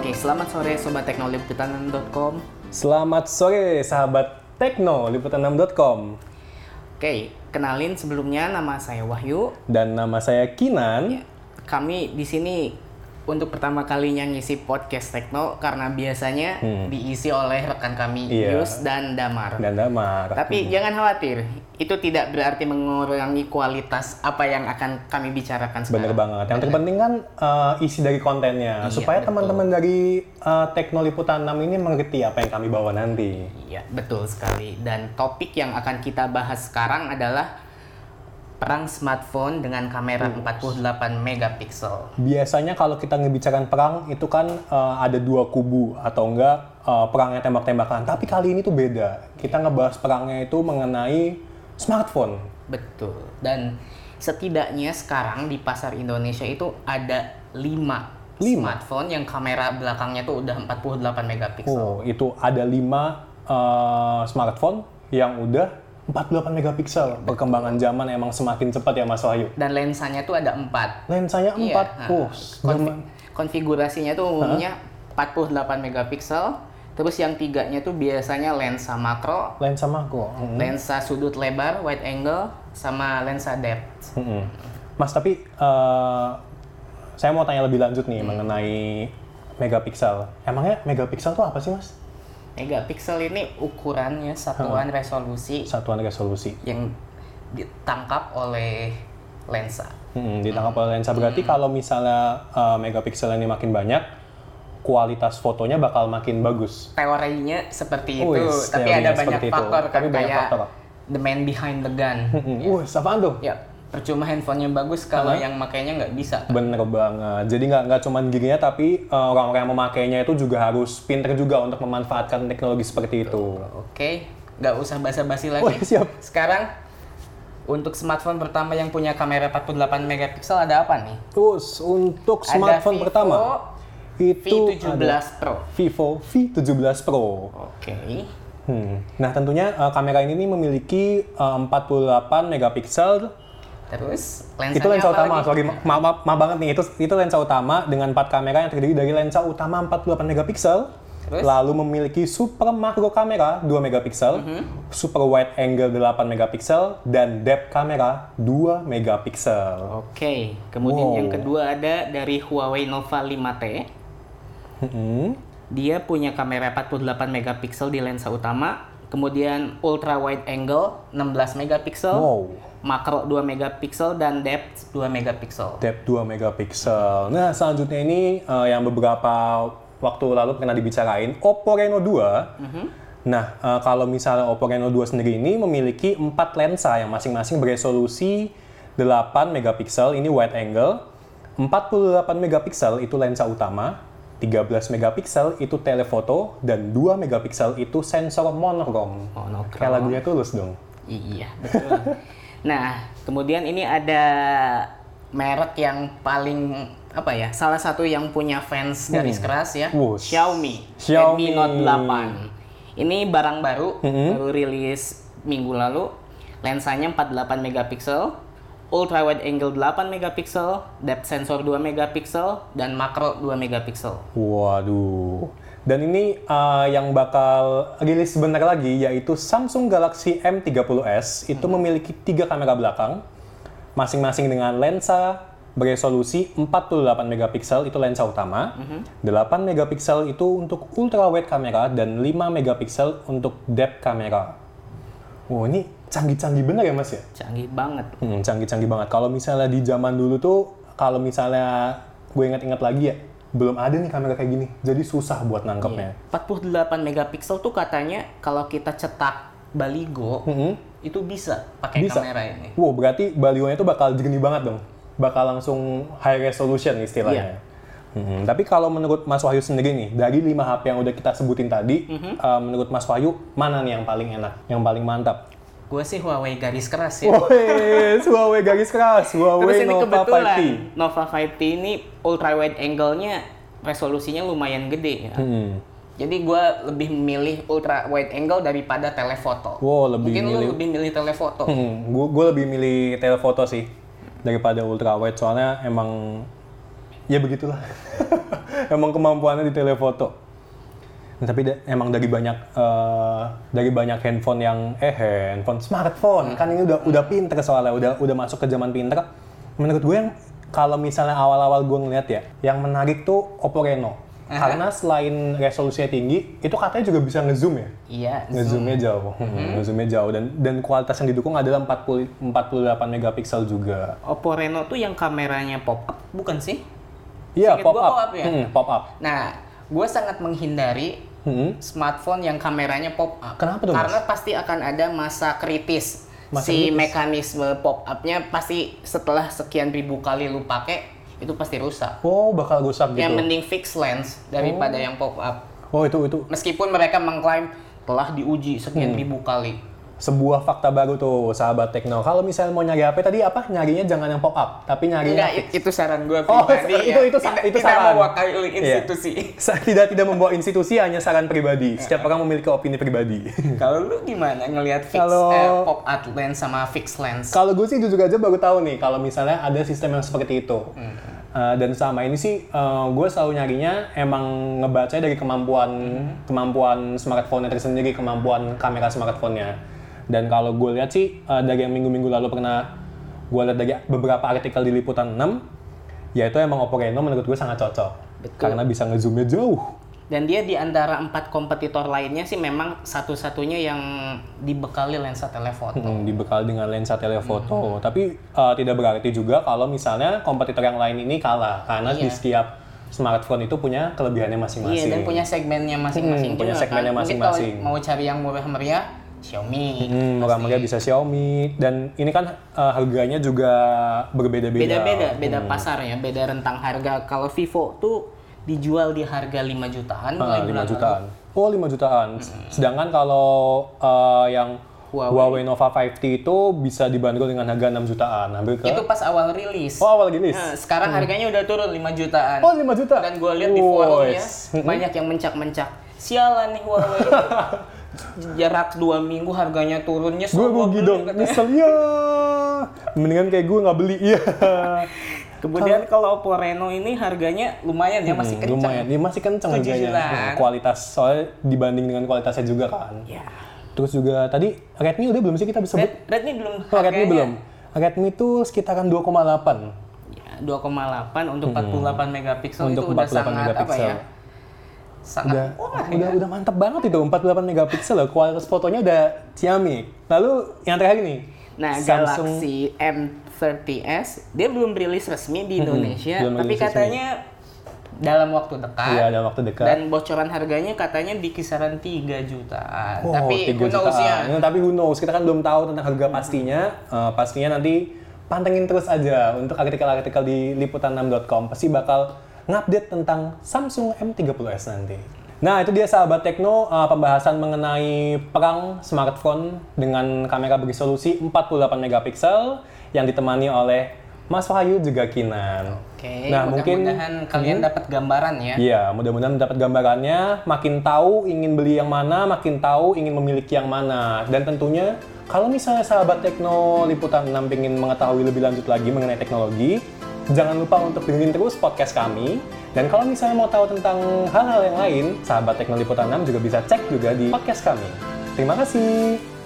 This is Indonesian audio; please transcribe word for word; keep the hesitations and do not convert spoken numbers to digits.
Oke, selamat sore Sobat Tekno Liputan enam dot com. Selamat sore sahabat Tekno Liputan enam dot com. Oke, kenalin sebelumnya nama saya Wahyu. Dan nama saya Kinan. Ya, kami di sini untuk pertama kalinya ngisi podcast Tekno karena biasanya hmm. diisi oleh rekan kami iya. Yus dan Damar. Dan Damar. Tapi hmm. jangan khawatir, itu tidak berarti mengurangi kualitas apa yang akan kami bicarakan sekarang. Bener banget. Yang terpenting kan uh, isi dari kontennya, iya, supaya betul. Teman-teman dari uh, Tekno Liputan enam ini mengerti apa yang kami bawa nanti. Iya, betul sekali. Dan topik yang akan kita bahas sekarang adalah perang smartphone dengan kamera uh. empat puluh delapan megapiksel. Biasanya kalau kita ngebicarakan perang itu kan uh, ada dua kubu atau enggak uh, perangnya tembak-tembakan. Tapi kali ini tuh beda. Kita ngebahas perangnya itu mengenai smartphone. Betul. Dan setidaknya sekarang di pasar Indonesia itu ada lima smartphone yang kamera belakangnya tuh udah empat puluh delapan megapiksel. Oh, itu ada lima uh, smartphone yang udah empat puluh delapan megapiksel. Ya, perkembangan zaman emang semakin cepat ya Mas Wahyu. Dan lensanya tuh ada empat. Lensanya empat. Iya, oh, konfi- konfigurasinya tuh umumnya huh? empat puluh delapan megapiksel. Terus yang tiganya tuh biasanya lensa makro. Lensa makro. Hmm. Lensa sudut lebar, wide angle, sama lensa depth. Hmm. Mas, tapi uh, saya mau tanya lebih lanjut nih hmm. mengenai megapiksel. Emangnya megapiksel tuh apa sih, Mas? Megapiksel ini ukurannya satuan hmm. resolusi. Satuan resolusi. Yang ditangkap oleh lensa. Hmm, ditangkap hmm. oleh lensa. Berarti hmm. kalau misalnya uh, megapiksel ini makin banyak, kualitas fotonya bakal makin bagus. Teorinya seperti oh, itu, yes, tapi ada banyak faktor itu. kan tapi kayak faktor. The man behind the gun. ya. Wah, apaan tuh? Ya, percuma handphonenya bagus kalau uh-huh. yang makainya nggak bisa. Kan? Bener banget. Jadi nggak nggak cuma gininya, tapi uh, orang-orang yang memakainya itu juga harus pinter juga untuk memanfaatkan teknologi seperti itu. Oke, nggak usah basa-basi lagi. Oh, siap. Sekarang untuk smartphone pertama yang punya kamera empat puluh delapan megapiksel ada apa nih? Terus untuk smartphone ada Vivo pertama itu V tujuh belas Pro. Vivo V tujuh belas Pro. Oke. Okay. Hmm. Nah, tentunya uh, kamera ini nih memiliki uh, empat puluh delapan megapiksel. Terus lensanya itu lensa utama, lagi? sorry, maaf ma- ma- ma- banget nih, itu itu lensa utama dengan empat kamera yang terdiri dari lensa utama empat puluh delapan megapiksel. Terus? Lalu memiliki super makro kamera dua megapiksel, mm-hmm. super wide angle delapan megapiksel, dan depth kamera dua megapiksel. Oke, kemudian wow. yang kedua ada dari Huawei Nova lima T. Mm-hmm. Dia punya kamera empat puluh delapan megapiksel di lensa utama, kemudian ultra wide angle enam belas megapiksel, wow. makro dua megapiksel, dan depth dua megapiksel. Depth dua megapiksel. Nah, selanjutnya ini uh, yang beberapa waktu lalu pernah dibicarain, Oppo Reno dua. Mm-hmm. Nah, uh, kalau misalnya Oppo Reno dua sendiri ini memiliki empat lensa yang masing-masing beresolusi delapan megapiksel, ini wide angle, empat puluh delapan megapiksel itu lensa utama, tiga belas megapiksel itu telefoto, dan dua megapiksel itu sensor monokrom. Monokrom. Kayak lagunya Tulus dong. Iya, betul. Nah, kemudian ini ada merek yang paling apa ya? Salah satu yang punya fans garis hmm. keras ya. Wush. Xiaomi. Xiaomi Redmi Note delapan. Ini barang baru, mm-hmm. baru rilis minggu lalu. Lensanya empat puluh delapan megapiksel. Ultra wide angle delapan megapiksel, depth sensor dua megapiksel, dan makro dua megapiksel. Waduh. Dan ini uh, yang bakal rilis sebentar lagi, yaitu Samsung Galaxy M tiga puluh S. Itu hmm. memiliki tiga kamera belakang, masing-masing dengan lensa beresolusi empat puluh delapan megapiksel, itu lensa utama. Hmm. delapan megapiksel itu untuk ultra wide kamera, dan lima megapiksel untuk depth kamera. Wow, ini canggih-canggih bener ya Mas ya? Canggih banget. Hmm, canggih-canggih banget. Kalau misalnya di zaman dulu tuh, kalau misalnya gue ingat-ingat lagi ya, belum ada nih kamera kayak gini. Jadi susah buat nangkepnya. Iya. empat puluh delapan megapiksel tuh katanya kalau kita cetak baligo, mm-hmm. itu bisa pakai bisa. kamera ini. Wow, berarti baligonya tuh bakal jernih banget dong. Bakal langsung high resolution istilahnya. Iya. Hmm, tapi kalau menurut Mas Wahyu sendiri nih, dari lima H P yang udah kita sebutin tadi, mm-hmm. uh, menurut Mas Wahyu, mana nih yang paling enak, yang paling mantap? Gue sih Huawei garis keras ya. Wih, Huawei garis keras, Huawei Nova lima T. Nova lima T ini ultra wide angle-nya resolusinya lumayan gede ya. Hmm. Jadi gue lebih memilih ultra wide angle daripada telefoto. Wow, lebih Mungkin milih... lu lebih milih telefoto. Hmm, gue lebih milih telefoto sih daripada ultra wide, soalnya emang ya begitulah. Emang kemampuannya di telefoto. Nah, tapi da- emang dari banyak uh, dari banyak handphone yang eh handphone smartphone kan ini udah udah pinter soalnya udah udah masuk ke zaman pinter. Menurut gue yang kalau misalnya awal-awal gue ngeliat ya, yang menarik tuh Oppo Reno. Uh-huh. Karena selain resolusinya tinggi, itu katanya juga bisa nge-zoom ya? Iya, nge-zoomnya jauh. Mm-hmm. Nge-zoomnya jauh dan dan kualitas yang didukung adalah empat puluh, empat puluh delapan megapiksel juga. Oppo Reno tuh yang kameranya pop up, bukan sih? Iya, Seinget pop gua up. pop up ya? Hmm, pop up. Nah, gue sangat menghindari Hmm. smartphone yang kameranya pop up. Kenapa tuh, Karena Mas? pasti akan ada masa kritis. Masa si kritis? mekanisme pop up-nya pasti setelah sekian ribu kali lu pakai itu pasti rusak. Oh, bakal rusak gitu. Yang mending fix lens daripada Oh. yang pop up. Oh, itu itu Meskipun mereka mengklaim telah diuji sekian Hmm. ribu kali. sebuah fakta baru tuh, sahabat Tekno. Kalau misalnya mau nyari H P tadi apa? Nyarinya jangan yang pop up, tapi nyarinya Enggak, fix. itu saran gue Oh, pribadi. itu- ya. itu sa- tidak, itu tidak saran. mewakili institusi. Sa- Tidak tidak membawa institusi, hanya saran pribadi. Setiap orang memiliki opini pribadi. Kalau lu gimana ngelihat fix Kalau- eh, pop up lens sama fix lens? Kalau gue sih jujur aja baru tahu nih kalau misalnya ada sistem yang seperti itu. Hmm. Uh, dan selama ini sih uh, gue selalu nyarinya emang ngebacanya dari kemampuan Hmm. kemampuan smartphone-nya tersendiri, kemampuan kamera smartphone-nya. Dan kalau gue lihat sih uh, dari yang minggu-minggu lalu pernah gue lihat dari beberapa artikel di Liputan enam, yaitu emang Oppo Reno menurut gue sangat cocok. Betul. Karena bisa ngezoomnya jauh. Dan dia di antara empat kompetitor lainnya sih memang satu-satunya yang dibekali lensa telefoto. Hmm, dibekal dengan lensa telefoto. Hmm. Tapi uh, tidak berarti juga kalau misalnya kompetitor yang lain ini kalah. Karena Iya. di setiap smartphone itu punya kelebihannya masing-masing. Iya, dan punya segmennya masing-masing Hmm, punya juga segmennya kan. masing-masing. Mungkin kalau mau cari yang murah meriah, Xiaomi. Hmm, pasti. murah-meriah bisa Xiaomi. Dan ini kan uh, harganya juga berbeda-beda. Beda-beda, beda Hmm. pasar ya, beda rentang harga. Kalau Vivo tuh dijual di harga lima jutaan mulai Ah, lima bulan jutaan. Oh, lima jutaan. Sedangkan kalau uh, yang Huawei. Huawei Nova lima T itu bisa dibanderol dengan harga enam jutaan. Hampir ke... lalu. Itu pas awal rilis. Oh, awal rilis. Nah, sekarang harganya udah turun lima jutaan. Oh, lima juta. Dan gue lihat di Woy. forumnya banyak yang mencak-mencak. Sialan nih Huawei. Jarak dua minggu harganya turunnya Gue rugi dong, nyesel ya. Mendingan kayak gue nggak beli ya. Kemudian kalau Oppo Reno ini harganya lumayan ya, masih Hmm, kencang. lumayan, dia masih kencang Tujuh harganya. jutaan. Hmm, kualitas soalnya dibanding dengan kualitasnya juga kan. Ya. Terus juga tadi Redmi udah belum sih kita bisa sebut? Red, Redmi belum. Oh, Redmi harganya. belum. Redmi itu sekitaran dua koma delapan. Ya, dua koma delapan untuk empat puluh delapan megapiksel Hmm. Untuk itu empat udah puluh delapan sangat apa megapiksel. ya? Sangat Udah, wah, udah, ya. udah mantap banget itu, empat puluh delapan megapiksel loh. Kualitas fotonya udah ciamik. Lalu yang terakhir nih, Nah, Samsung- Galaxy M tiga puluh S dia belum rilis resmi di Indonesia, belum tapi rilis resmi. katanya dalam waktu dekat. Iya, dalam waktu dekat. Dan bocoran harganya katanya di kisaran tiga jutaan. Oh, tapi tiga who knows jutaan. ya. Nah, tapi who knows, kita kan belum tahu tentang harga pastinya. Eh, pastinya nanti pantengin terus aja untuk artikel-artikel di liputan enam dot com. Pasti bakal ngupdate tentang Samsung M tiga puluh S nanti. Nah, itu dia sahabat Tekno, uh, pembahasan mengenai perang smartphone dengan kamera beresolusi empat puluh delapan megapiksel yang ditemani oleh Mas Wahyu juga Kinan. Oke, Nah, mungkin mudah-mudahan kalian dapat gambaran ya. Iya, mudah-mudahan dapat gambarannya. Makin tahu ingin beli yang mana, makin tahu ingin memiliki yang mana. Dan tentunya, kalau misalnya sahabat Tekno Liputan enam ingin mengetahui lebih lanjut lagi mengenai teknologi, jangan lupa untuk dengerin terus podcast kami. Dan kalau misalnya mau tahu tentang hal-hal yang lain, sahabat Tekno Liputan enam juga bisa cek juga di podcast kami. Terima kasih.